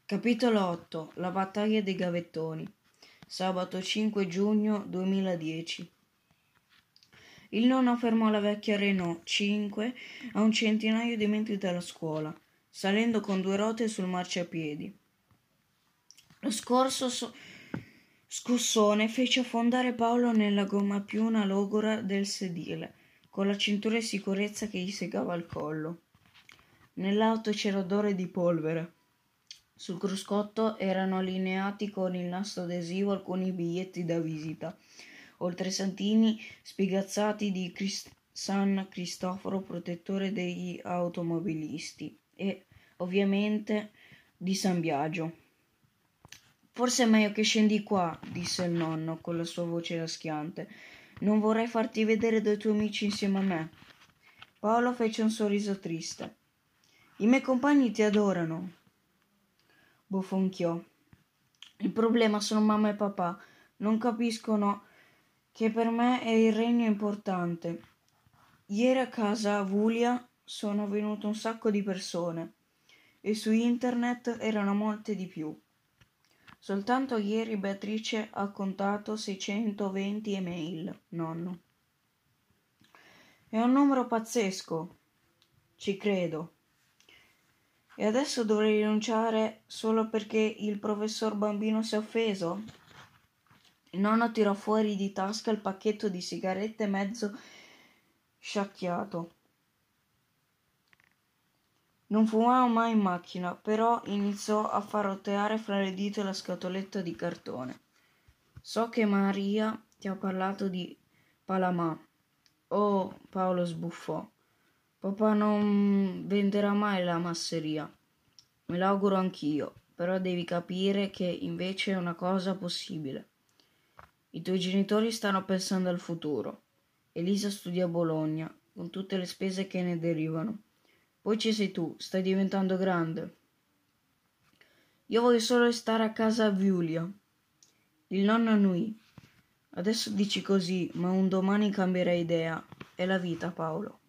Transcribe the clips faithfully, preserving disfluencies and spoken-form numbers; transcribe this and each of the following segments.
Capitolo otto. La battaglia dei gavettoni. Sabato cinque giugno duemiladieci. Il nonno fermò la vecchia Renault cinque a un centinaio di metri dalla scuola, salendo con due ruote sul marciapiedi. Lo scorso so- scossone fece affondare Paolo nella gommapiuma logora del sedile, con la cintura di sicurezza che gli segava il collo. Nell'auto c'era odore di polvere. Sul cruscotto erano allineati con il nastro adesivo alcuni biglietti da visita, oltre ai santini spigazzati di Crist- San Cristoforo, protettore degli automobilisti, e ovviamente di San Biagio. Forse è meglio che scendi qua, disse il nonno con la sua voce raschiante. Non vorrei farti vedere dei tuoi amici insieme a me. Paolo fece un sorriso triste. I miei compagni ti adorano, bofonchiò. Il problema sono mamma e papà. Non capiscono che per me è il regno importante. Ieri a casa Vulia sono venute un sacco di persone e su internet erano molte di più. Soltanto ieri Beatrice ha contato seicentoventi email, nonno. È un numero pazzesco. Ci credo. E adesso dovrei rinunciare solo perché il professor Bambino si è offeso? Il nonno tirò fuori di tasca il pacchetto di sigarette mezzo sciacchiato. Non fumava mai in macchina, però iniziò a far roteare fra le dita la scatoletta di cartone. So che Maria ti ha parlato di Palamà. Oh, Paolo sbuffò. Papà non venderà mai la masseria. Me l'auguro anch'io, però devi capire che invece è una cosa possibile. I tuoi genitori stanno pensando al futuro. Elisa studia a Bologna, con tutte le spese che ne derivano. Poi ci sei tu, stai diventando grande. Io voglio solo stare a casa a Giulia. Il nonno annuì. Adesso dici così, ma un domani cambierai idea. È la vita, Paolo.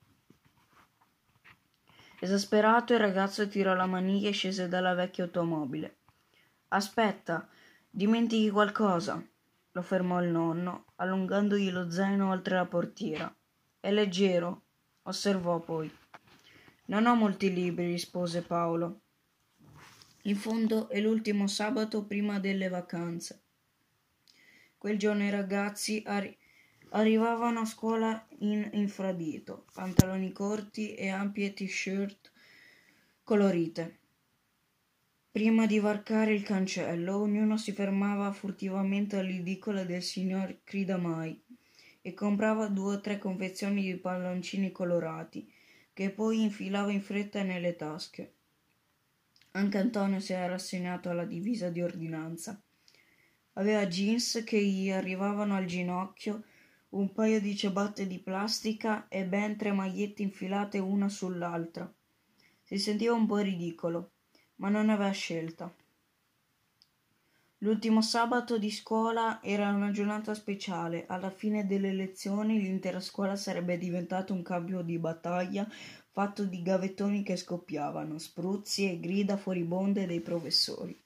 Esasperato, il ragazzo tirò la maniglia e scese dalla vecchia automobile. Aspetta, dimentichi qualcosa, lo fermò il nonno, allungandogli lo zaino oltre la portiera. È leggero, osservò poi. Non ho molti libri, rispose Paolo. In fondo è l'ultimo sabato prima delle vacanze. Quel giorno i ragazzi arri- arrivavano a scuola in infradito, pantaloni corti e ampie t-shirt colorite. Prima di varcare il cancello, ognuno si fermava furtivamente all'edicola del signor Cridamai e comprava due o tre confezioni di palloncini colorati, che poi infilava in fretta nelle tasche. Anche Antonio si era rassegnato alla divisa di ordinanza. Aveva jeans che gli arrivavano al ginocchio, un paio di ciabatte di plastica e ben tre magliette infilate una sull'altra. Si sentiva un po' ridicolo, ma non aveva scelta. L'ultimo sabato di scuola era una giornata speciale. Alla fine delle lezioni l'intera scuola sarebbe diventata un campo di battaglia fatto di gavettoni che scoppiavano, spruzzi e grida furibonde dei professori.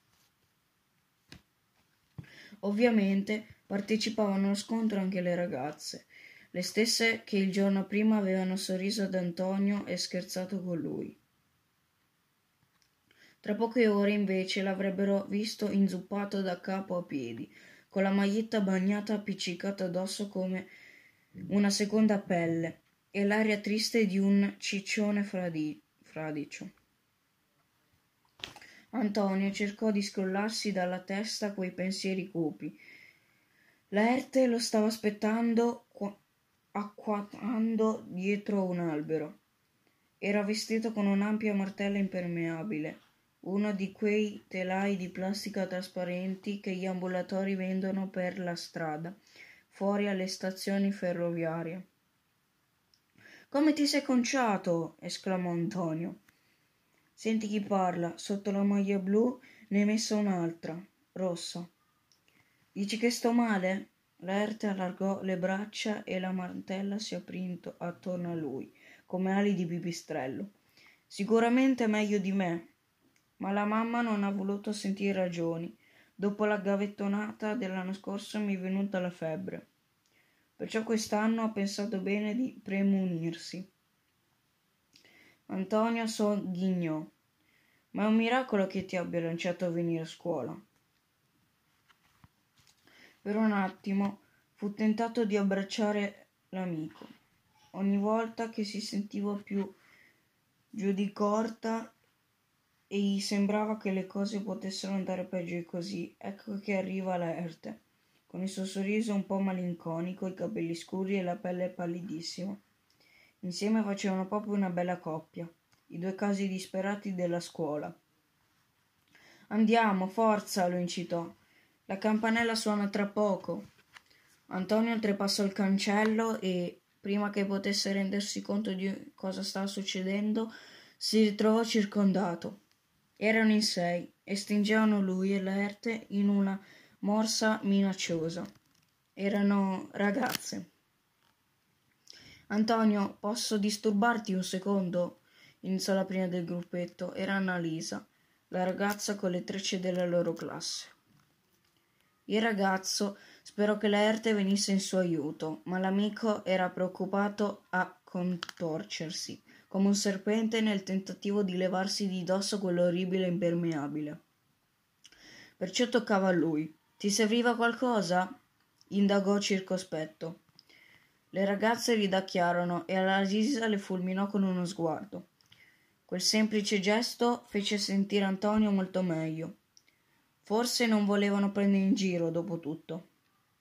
Ovviamente partecipavano allo scontro anche le ragazze, le stesse che il giorno prima avevano sorriso ad Antonio e scherzato con lui. Tra poche ore invece l'avrebbero visto inzuppato da capo a piedi, con la maglietta bagnata appiccicata addosso come una seconda pelle e l'aria triste di un ciccione fradi- fradicio. Antonio cercò di scrollarsi dalla testa quei pensieri cupi. Laerte lo stava aspettando qu- acquattando dietro un albero. Era vestito con un'ampia martella impermeabile, uno di quei telai di plastica trasparenti che gli ambulatori vendono per la strada, fuori alle stazioni ferroviarie. «Come ti sei conciato?» esclamò Antonio. «Senti chi parla, sotto la maglia blu ne hai messa un'altra, rossa». «Dici che sto male?» Laerte allargò le braccia e la mantella si aprì attorno a lui, come ali di pipistrello. «Sicuramente meglio di me». ma la mamma non ha voluto sentire ragioni. Dopo la gavettonata dell'anno scorso mi è venuta la febbre. Perciò quest'anno ho pensato bene di premunirsi. Antonio sogghignò. Ma è un miracolo che ti abbia lanciato a venire a scuola. Per un attimo fu tentato di abbracciare l'amico. Ogni volta che si sentiva più giù di corda e gli sembrava che le cose potessero andare peggio di così, ecco che arriva Laerte, con il suo sorriso un po' malinconico, i capelli scuri e la pelle pallidissima. Insieme facevano proprio una bella coppia, i due casi disperati della scuola. Andiamo, forza, lo incitò. La campanella suona tra poco. Antonio oltrepassò il cancello e, prima che potesse rendersi conto di cosa stava succedendo, si ritrovò circondato. Erano in sei e stringevano lui e Laerte in una morsa minacciosa. Erano ragazze. Antonio, posso disturbarti un secondo? Iniziò la prima del gruppetto. Era Annalisa, la ragazza con le trecce della loro classe. Il ragazzo sperò che Laerte venisse in suo aiuto, ma l'amico era preoccupato a contorcersi, come un serpente nel tentativo di levarsi di dosso quell'orribile impermeabile. Perciò toccava a lui. Ti serviva qualcosa? Indagò circospetto. Le ragazze ridacchiarono e Annalisa le fulminò con uno sguardo. Quel semplice gesto fece sentire Antonio molto meglio. Forse non volevano prendere in giro, dopo tutto.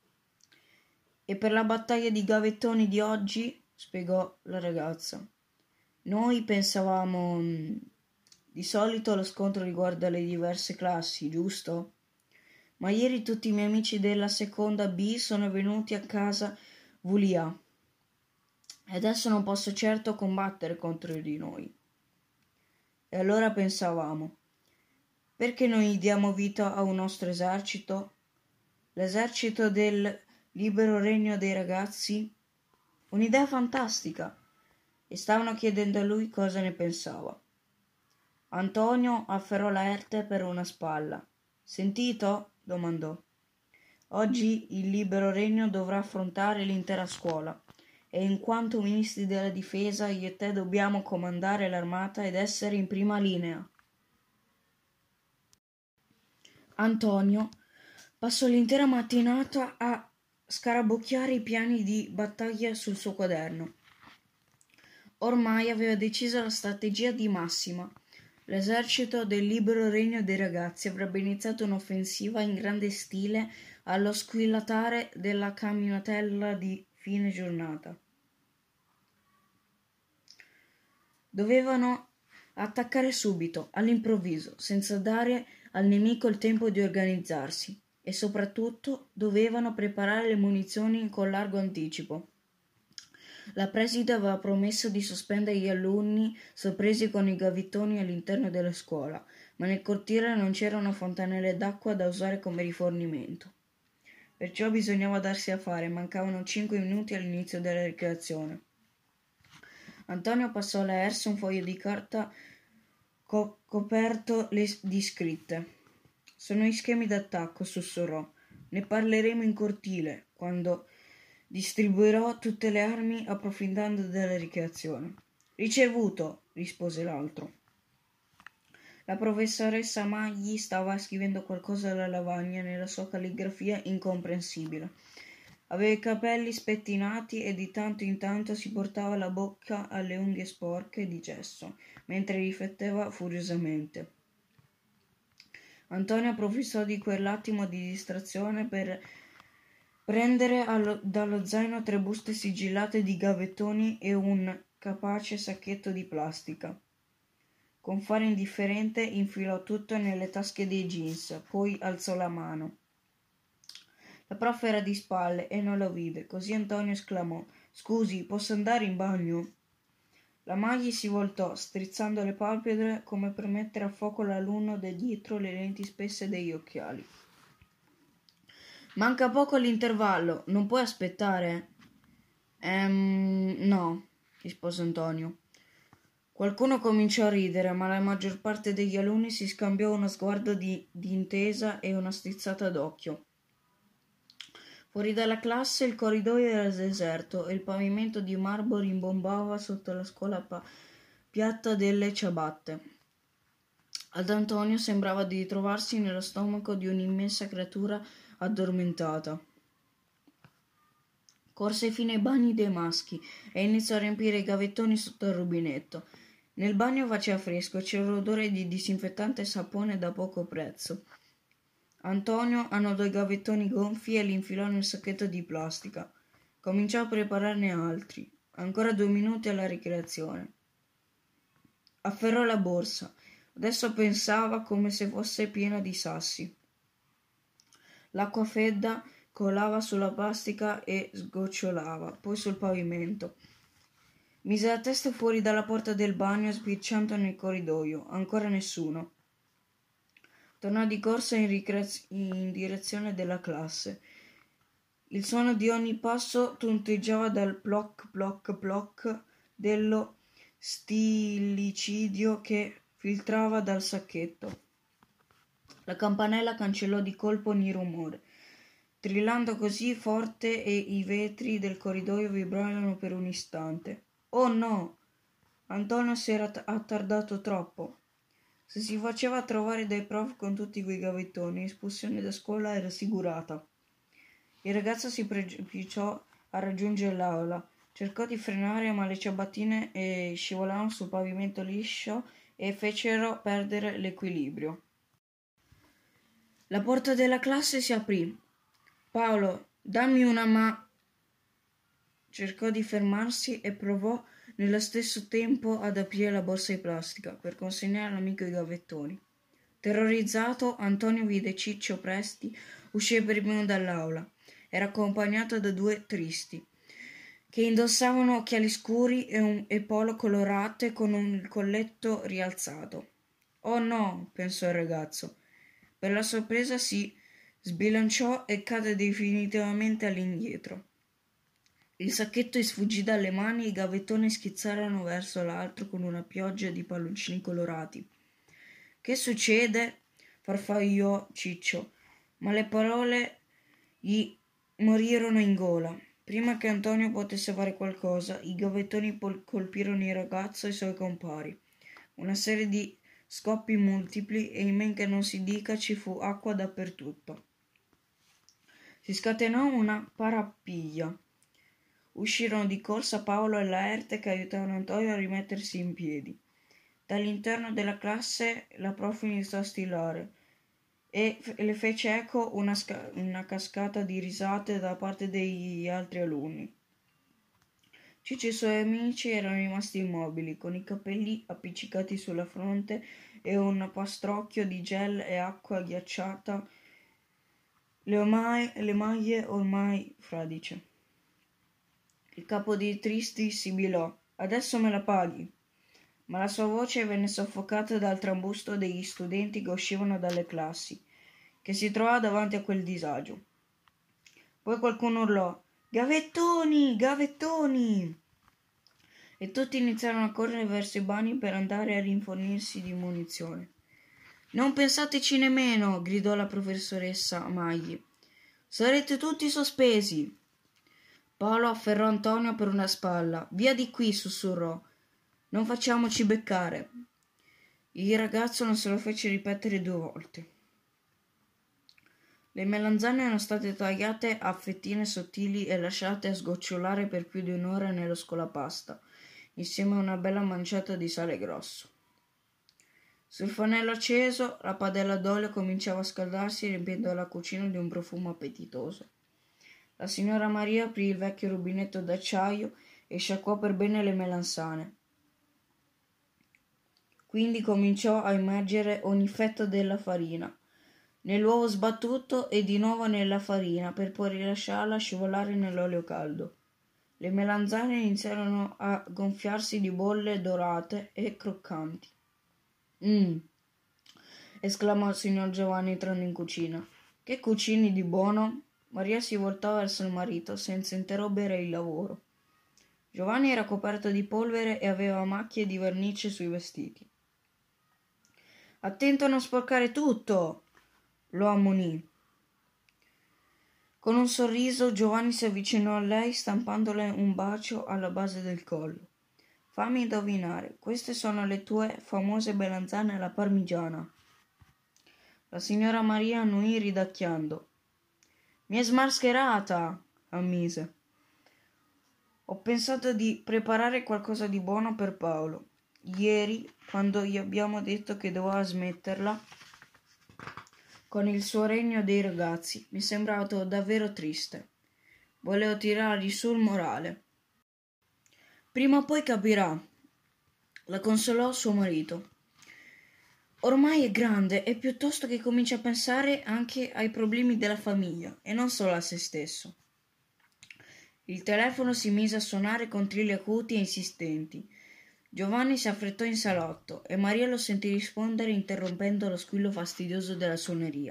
E per la battaglia di gavettoni di oggi, spiegò la ragazza. Noi pensavamo... Di solito lo scontro riguarda le diverse classi, giusto? Ma ieri tutti i miei amici della seconda B sono venuti a casa V L I A. E adesso non posso certo combattere contro di noi. E allora pensavamo... Perché non gli diamo vita a un nostro esercito? L'esercito del libero regno dei ragazzi? Un'idea fantastica! E stavano chiedendo a lui cosa ne pensava. Antonio afferrò Laerte per una spalla. Sentito? Domandò. Oggi il libero regno dovrà affrontare l'intera scuola e in quanto ministri della difesa io e te dobbiamo comandare l'armata ed essere in prima linea. Antonio passò l'intera mattinata a scarabocchiare i piani di battaglia sul suo quaderno. Ormai aveva deciso la strategia di massima. L'esercito del libero regno dei ragazzi avrebbe iniziato un'offensiva in grande stile allo squillatare della camminatella di fine giornata. Dovevano attaccare subito, all'improvviso, senza dare al nemico il tempo di organizzarsi, e soprattutto dovevano preparare le munizioni con largo anticipo. La preside aveva promesso di sospendere gli alunni sorpresi con i gavettoni all'interno della scuola, ma nel cortile non c'erano fontanelle d'acqua da usare come rifornimento. Perciò bisognava darsi da fare, mancavano cinque minuti all'inizio della ricreazione. Antonio passò alla Ersa un foglio di carta co- coperto le, di scritte. Sono gli schemi d'attacco, sussurrò. Ne parleremo in cortile, quando distribuirò tutte le armi approfittando della ricreazione. Ricevuto, rispose l'altro. La professoressa Magli stava scrivendo qualcosa alla lavagna nella sua calligrafia incomprensibile. Aveva i capelli spettinati e di tanto in tanto si portava la bocca alle unghie sporche di gesso, mentre rifletteva furiosamente. Antonio approfittò di quell'attimo di distrazione per prendere allo, dallo zaino tre buste sigillate di gavettoni e un capace sacchetto di plastica. Con fare indifferente infilò tutto nelle tasche dei jeans, poi alzò la mano. La prof era di spalle e non lo vide, così Antonio esclamò: «Scusi, posso andare in bagno?» La Magli si voltò, strizzando le palpebre come per mettere a fuoco l'alunno da dietro le lenti spesse degli occhiali. «Manca poco all'intervallo, non puoi aspettare?» Ehm, no, rispose Antonio. Qualcuno cominciò a ridere, ma la maggior parte degli alunni si scambiò uno sguardo di, di intesa e una strizzata d'occhio. Fuori dalla classe il corridoio era deserto e il pavimento di marmo rimbombava sotto la scuola pa- piatta delle ciabatte. Ad Antonio sembrava di ritrovarsi nello stomaco di un'immensa creatura addormentata. Corse fino ai bagni dei maschi e iniziò a riempire i gavettoni sotto il rubinetto. Nel bagno faceva fresco e c'era l'odore di disinfettante e sapone da poco prezzo. Antonio annodò i gavettoni gonfi e li infilò nel sacchetto di plastica. Cominciò a prepararne altri. Ancora due minuti alla ricreazione. Afferrò la borsa. Adesso pensava come se fosse piena di sassi. L'acqua fredda colava sulla plastica e sgocciolava, poi sul pavimento. Mise la testa fuori dalla porta del bagno, spicciando nel corridoio. Ancora nessuno. Tornò di corsa in, ricreaz- in direzione della classe. Il suono di ogni passo tonteggiava dal ploc ploc ploc dello stillicidio che filtrava dal sacchetto. La campanella cancellò di colpo ogni rumore, trillando così forte e i vetri del corridoio vibrarono per un istante. Oh no! Antonio si era t- attardato troppo. Se si faceva trovare dai prof con tutti quei gavettoni, l'espulsione da scuola era assicurata. Il ragazzo si precipitò a raggiungere l'aula. Cercò di frenare, ma le ciabattine eh, scivolarono sul pavimento liscio e fecero perdere l'equilibrio. La porta della classe si aprì. Paolo, dammi una ma... Cercò di fermarsi e provò nello stesso tempo ad aprire la borsa di plastica per consegnare all'amico i gavettoni. Terrorizzato, Antonio vide Ciccio Presti uscire per primo dall'aula. Era accompagnato da due tristi, che indossavano occhiali scuri e, un, e polo colorate con un colletto rialzato. Oh no, pensò il ragazzo. Per la sorpresa si sbilanciò e cadde definitivamente all'indietro. Il sacchetto gli sfuggì dalle mani e i gavettoni schizzarono verso l'altro con una pioggia di palloncini colorati. Che succede? Farfagliò Ciccio, ma le parole gli morirono in gola. Prima che Antonio potesse fare qualcosa, i gavettoni pol- colpirono il ragazzo e i suoi compari. Una serie di scoppi multipli e in men che non si dica ci fu acqua dappertutto. Si scatenò una parapiglia. Uscirono di corsa Paolo e Laerte che aiutavano Antonio a rimettersi in piedi. Dall'interno della classe la prof iniziò a strillare e f- le fece eco una, sca- una cascata di risate da parte degli altri alunni. Ciccio e i suoi amici erano rimasti immobili, con i capelli appiccicati sulla fronte e un pastrocchio di gel e acqua ghiacciata, le, ormai, le maglie ormai fradice. Il capo dei tristi sibilò. Adesso me la paghi. Ma la sua voce venne soffocata dal trambusto degli studenti che uscivano dalle classi, che si trovava davanti a quel disagio. Poi qualcuno urlò: Gavettoni! Gavettoni! E tutti iniziarono a correre verso i bagni per andare a rinfornirsi di munizione. Non pensateci nemmeno, gridò la professoressa Magli. Sarete tutti sospesi. Paolo afferrò Antonio per una spalla. Via di qui, sussurrò. Non facciamoci beccare. Il ragazzo non se lo fece ripetere due volte. Le melanzane erano state tagliate a fettine sottili e lasciate a sgocciolare per più di un'ora nello scolapasta, insieme a una bella manciata di sale grosso. Sul fornello acceso, la padella d'olio cominciava a scaldarsi riempiendo la cucina di un profumo appetitoso. La signora Maria aprì il vecchio rubinetto d'acciaio e sciacquò per bene le melanzane. Quindi cominciò a immergere ogni fetta della farina nell'uovo sbattuto e di nuovo nella farina per poi rilasciarla scivolare nell'olio caldo. Le melanzane iniziarono a gonfiarsi di bolle dorate e croccanti. Mmm! Esclamò il signor Giovanni entrando in cucina. Che cucini di buono? Maria si voltò verso il marito senza interrompere il lavoro. Giovanni era coperto di polvere e aveva macchie di vernice sui vestiti. «Attento a non sporcare tutto!» lo ammonì. Con un sorriso Giovanni si avvicinò a lei stampandole un bacio alla base del collo. «Fammi indovinare, queste sono le tue famose melanzane alla parmigiana?» La signora Maria annuì ridacchiando. «Mi è smascherata!» ammise. «Ho pensato di preparare qualcosa di buono per Paolo. Ieri, quando gli abbiamo detto che doveva smetterla con il suo regno dei ragazzi, mi è sembrato davvero triste. Volevo tirargli su il morale. Prima o poi capirà», la consolò suo marito. «Ormai è grande e piuttosto che comincia a pensare anche ai problemi della famiglia e non solo a se stesso». Il telefono si mise a suonare con trilli acuti e insistenti. Giovanni si affrettò in salotto e Maria lo sentì rispondere interrompendo lo squillo fastidioso della suoneria.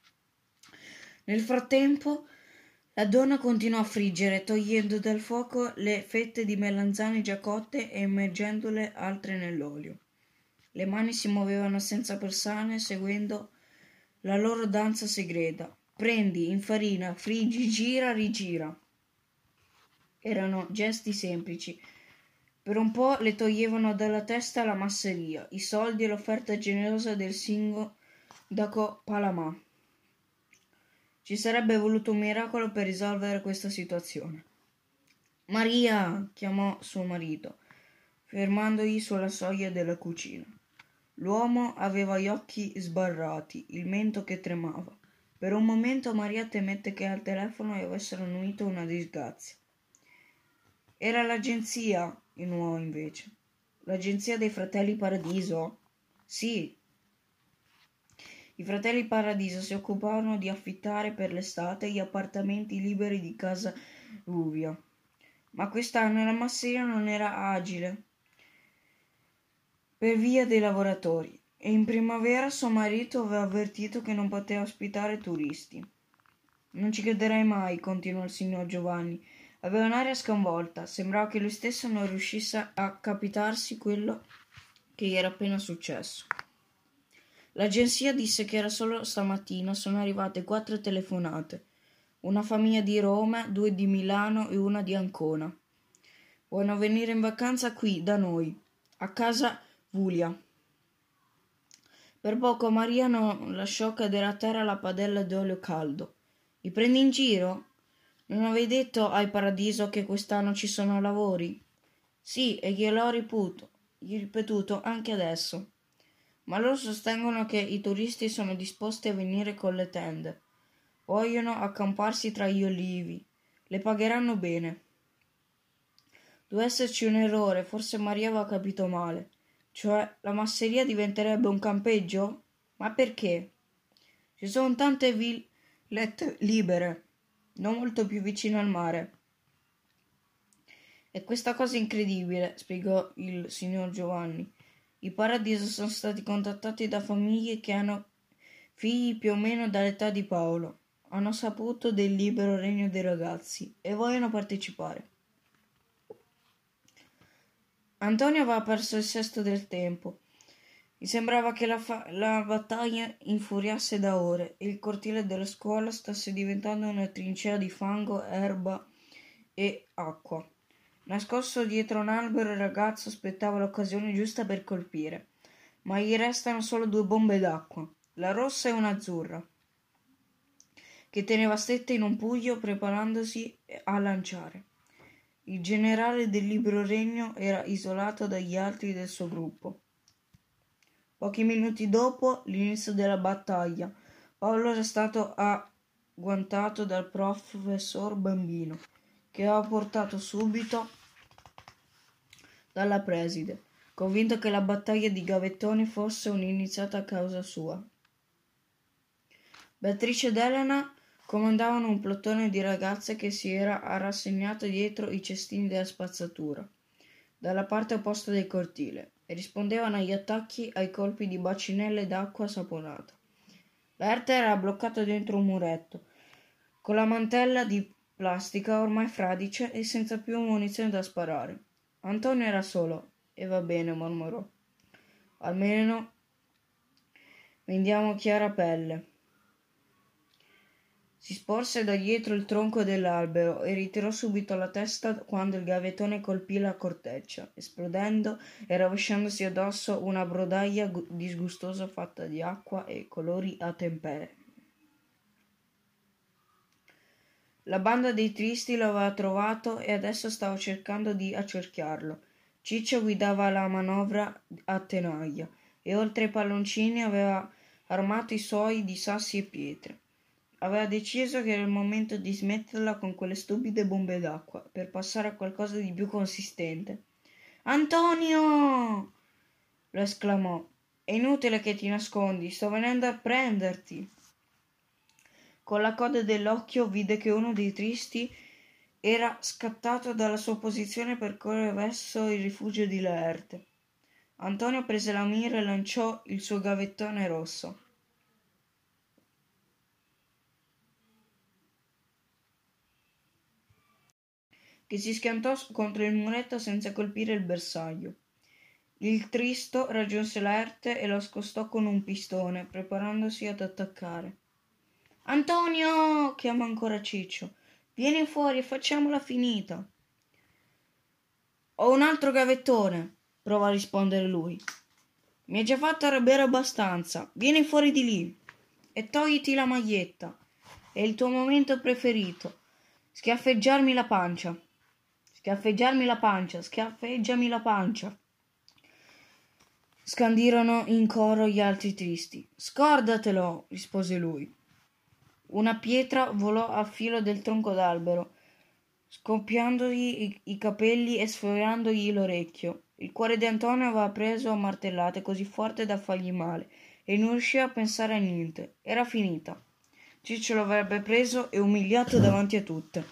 Nel frattempo la donna continuò a friggere, togliendo dal fuoco le fette di melanzane già cotte e immergendole altre nell'olio. Le mani si muovevano senza persane, seguendo la loro danza segreta. Prendi, infarina, friggi, gira, rigira. Erano gesti semplici. Per un po' le toglievano dalla testa la masseria, i soldi e l'offerta generosa del sindaco Palamà. Ci sarebbe voluto un miracolo per risolvere questa situazione. «Maria!» chiamò suo marito, fermandogli sulla soglia della cucina. L'uomo aveva gli occhi sbarrati, il mento che tremava. Per un momento Maria temette che al telefono gli avessero annuito una disgrazia. Era l'agenzia, innuò invece. «L'agenzia dei Fratelli Paradiso?» «Sì». I Fratelli Paradiso si occupavano di affittare per l'estate gli appartamenti liberi di casa Ruvia. Ma quest'anno la masseria non era agile per via dei lavoratori e in primavera suo marito aveva avvertito che non poteva ospitare turisti. «Non ci crederai mai», continuò il signor Giovanni. Aveva un'aria sconvolta, sembrava che lui stesso non riuscisse a capitarsi quello che gli era appena successo. L'agenzia disse che era solo stamattina sono arrivate quattro telefonate, una famiglia di Roma, due di Milano e una di Ancona. Vogliono venire in vacanza qui, da noi, a casa Vulia. Per poco Maria non lasciò cadere a terra la padella d'olio caldo. «Mi prendi in giro? Non avevi detto ai Paradiso che quest'anno ci sono lavori?» «Sì, e gliel'ho ripetuto, ripetuto anche adesso. Ma loro sostengono che i turisti sono disposti a venire con le tende. Vogliono accamparsi tra gli olivi. Le pagheranno bene». Doveva esserci un errore, forse Maria aveva capito male. Cioè, la masseria diventerebbe un campeggio? Ma perché? Ci sono tante villette libere, non molto più vicino al mare. «E questa cosa incredibile», spiegò il signor Giovanni. «I Paradiso sono stati contattati da famiglie che hanno figli più o meno dall'età di Paolo. Hanno saputo del libero regno dei ragazzi e vogliono partecipare». Antonio aveva perso il sesto del tempo. Gli sembrava che la, fa- la battaglia infuriasse da ore e il cortile della scuola stesse diventando una trincea di fango, erba e acqua. Nascosto dietro un albero il ragazzo aspettava l'occasione giusta per colpire, ma gli restano solo due bombe d'acqua, la rossa e un'azzurra, che teneva strette in un puglio preparandosi a lanciare. Il generale del Libero Regno era isolato dagli altri del suo gruppo. Pochi minuti dopo l'inizio della battaglia, Paolo era stato agguantato dal professor Bambino, che aveva portato subito dalla preside, convinto che la battaglia di Gavettoni fosse un'iniziata a causa sua. Beatrice ed Elena comandavano un plotone di ragazze che si era rassegnato dietro i cestini della spazzatura, dalla parte opposta del cortile, e rispondevano agli attacchi ai colpi di bacinelle d'acqua saponata. Berta era bloccata dentro un muretto, con la mantella di plastica ormai fradicia e senza più munizioni da sparare. Antonio era solo. E va bene, mormorò. Almeno vendiamo chiara pelle. Si sporse da dietro il tronco dell'albero e ritirò subito la testa quando il gavettone colpì la corteccia, esplodendo e rovesciandosi addosso una brodaglia disgustosa fatta di acqua e colori a tempere. La banda dei tristi lo aveva trovato e adesso stava cercando di accerchiarlo. Ciccio guidava la manovra a tenaglia e oltre ai palloncini aveva armato i suoi di sassi e pietre. Aveva deciso che era il momento di smetterla con quelle stupide bombe d'acqua per passare a qualcosa di più consistente. «Antonio!» lo esclamò. «È inutile che ti nascondi, sto venendo a prenderti!» Con la coda dell'occhio vide che uno dei tristi era scattato dalla sua posizione per correre verso il rifugio di Laerte. Antonio prese la mira e lanciò il suo gavettone rosso. Che si schiantò contro il muretto senza colpire il bersaglio. Il tristo raggiunse Laerte e lo scostò con un pistone, preparandosi ad attaccare. «Antonio!» chiamò ancora Ciccio. «Vieni fuori e facciamola finita!» «Ho un altro gavettone!» provò a rispondere lui. «Mi hai già fatto arrabbiare abbastanza. Vieni fuori di lì e togliti la maglietta. È il tuo momento preferito. Schiaffeggiarmi la pancia. Schiaffeggiarmi la pancia. Schiaffeggiami la pancia!» scandirono in coro gli altri tristi. «Scordatelo!» rispose lui. Una pietra volò a filo del tronco d'albero, scoppiandogli i, i capelli e sfiorandogli l'orecchio. Il cuore di Antonio aveva preso a martellate così forte da fargli male e non riusciva a pensare a niente. Era finita. Ciccio lo avrebbe preso e umiliato davanti a tutte.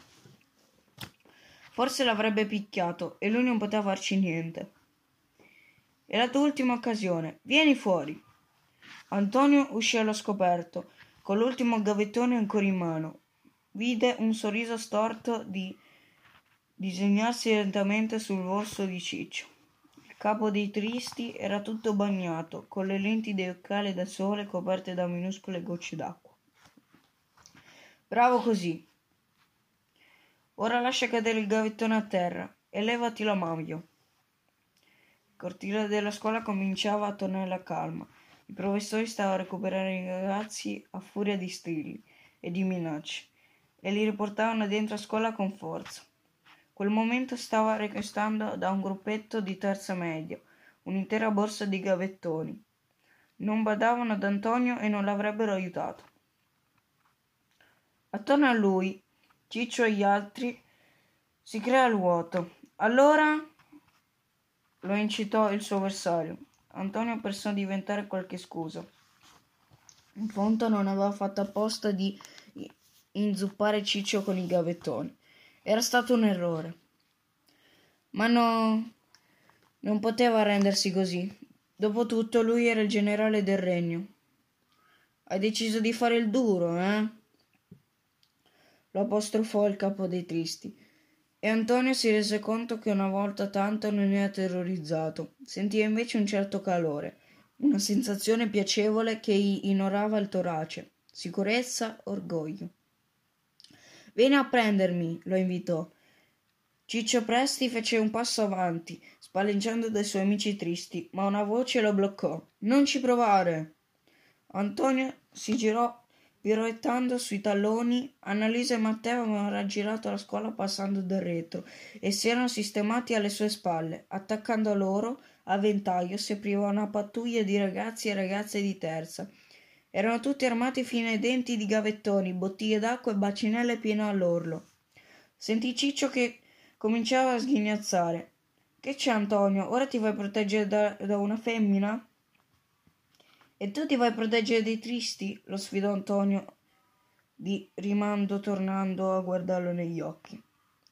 Forse l'avrebbe picchiato e lui non poteva farci niente. «È la tua ultima occasione. Vieni fuori!» Antonio uscì allo scoperto, con l'ultimo gavettone ancora in mano. Vide un sorriso storto di disegnarsi lentamente sul volto di Ciccio. Il capo dei tristi era tutto bagnato, con le lenti dei occhiali da sole coperte da minuscole gocce d'acqua. «Bravo così. Ora lascia cadere il gavettone a terra e levati la maglia». Il cortile della scuola cominciava a tornare la calma. I professori stavano a recuperare i ragazzi a furia di strilli e di minacce e li riportavano dentro a scuola con forza. Quel momento stava requistando da un gruppetto di terza media un'intera borsa di gavettoni. Non badavano ad Antonio e non l'avrebbero aiutato. Attorno a lui, Ciccio e gli altri, si crea il vuoto. «Allora?» lo incitò il suo avversario. Antonio pensò di inventare qualche scusa. In fondo non aveva fatto apposta di inzuppare Ciccio con i gavettoni. Era stato un errore. Ma no, non poteva rendersi così. Dopotutto lui era il generale del regno. «Hai deciso di fare il duro, eh?» lo apostrofò il capo dei tristi. E Antonio si rese conto che una volta tanto non era terrorizzato. Sentiva invece un certo calore, una sensazione piacevole che gli inorava il torace. Sicurezza, orgoglio. «Vieni a prendermi», lo invitò. Ciccio Presti fece un passo avanti, spalleggiando dai suoi amici tristi, ma una voce lo bloccò. «Non ci provare!» Antonio si girò piroettando sui talloni. Annalisa e Matteo avevano raggirato la scuola passando dal retro e si erano sistemati alle sue spalle. Attaccando a loro, a ventaglio, si apriva una pattuglia di ragazzi e ragazze di terza. Erano tutti armati fino ai denti di gavettoni, bottiglie d'acqua e bacinelle piene all'orlo. Sentì Ciccio che cominciava a sghignazzare. «Che c'è, Antonio? Ora ti vuoi proteggere da, da una femmina?» «E tu ti vuoi proteggere dei tristi?» lo sfidò Antonio di rimando, tornando a guardarlo negli occhi.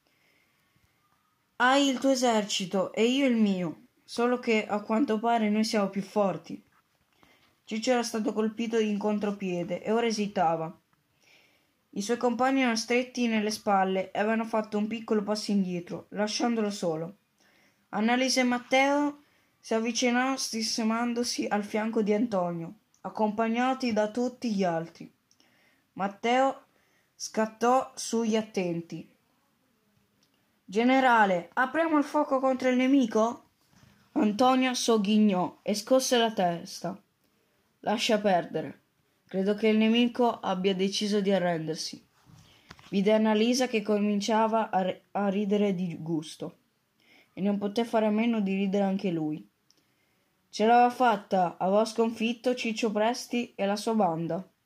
«Hai il tuo esercito e io il mio, solo che a quanto pare noi siamo più forti». Ciccio era stato colpito in contropiede e ora esitava. I suoi compagni erano stretti nelle spalle e avevano fatto un piccolo passo indietro, lasciandolo solo. Annalisa e Matteo si avvicinarono sistemandosi al fianco di Antonio, accompagnati da tutti gli altri. Matteo scattò sugli attenti. Generale, apriamo il fuoco contro il nemico? Antonio sogghignò e scosse la testa. Lascia perdere. Credo che il nemico abbia deciso di arrendersi. Vide Annalisa che cominciava a, r- a ridere di gusto e non poté fare a meno di ridere anche lui. Ce l'aveva fatta, aveva sconfitto Ciccio Presti e la sua banda.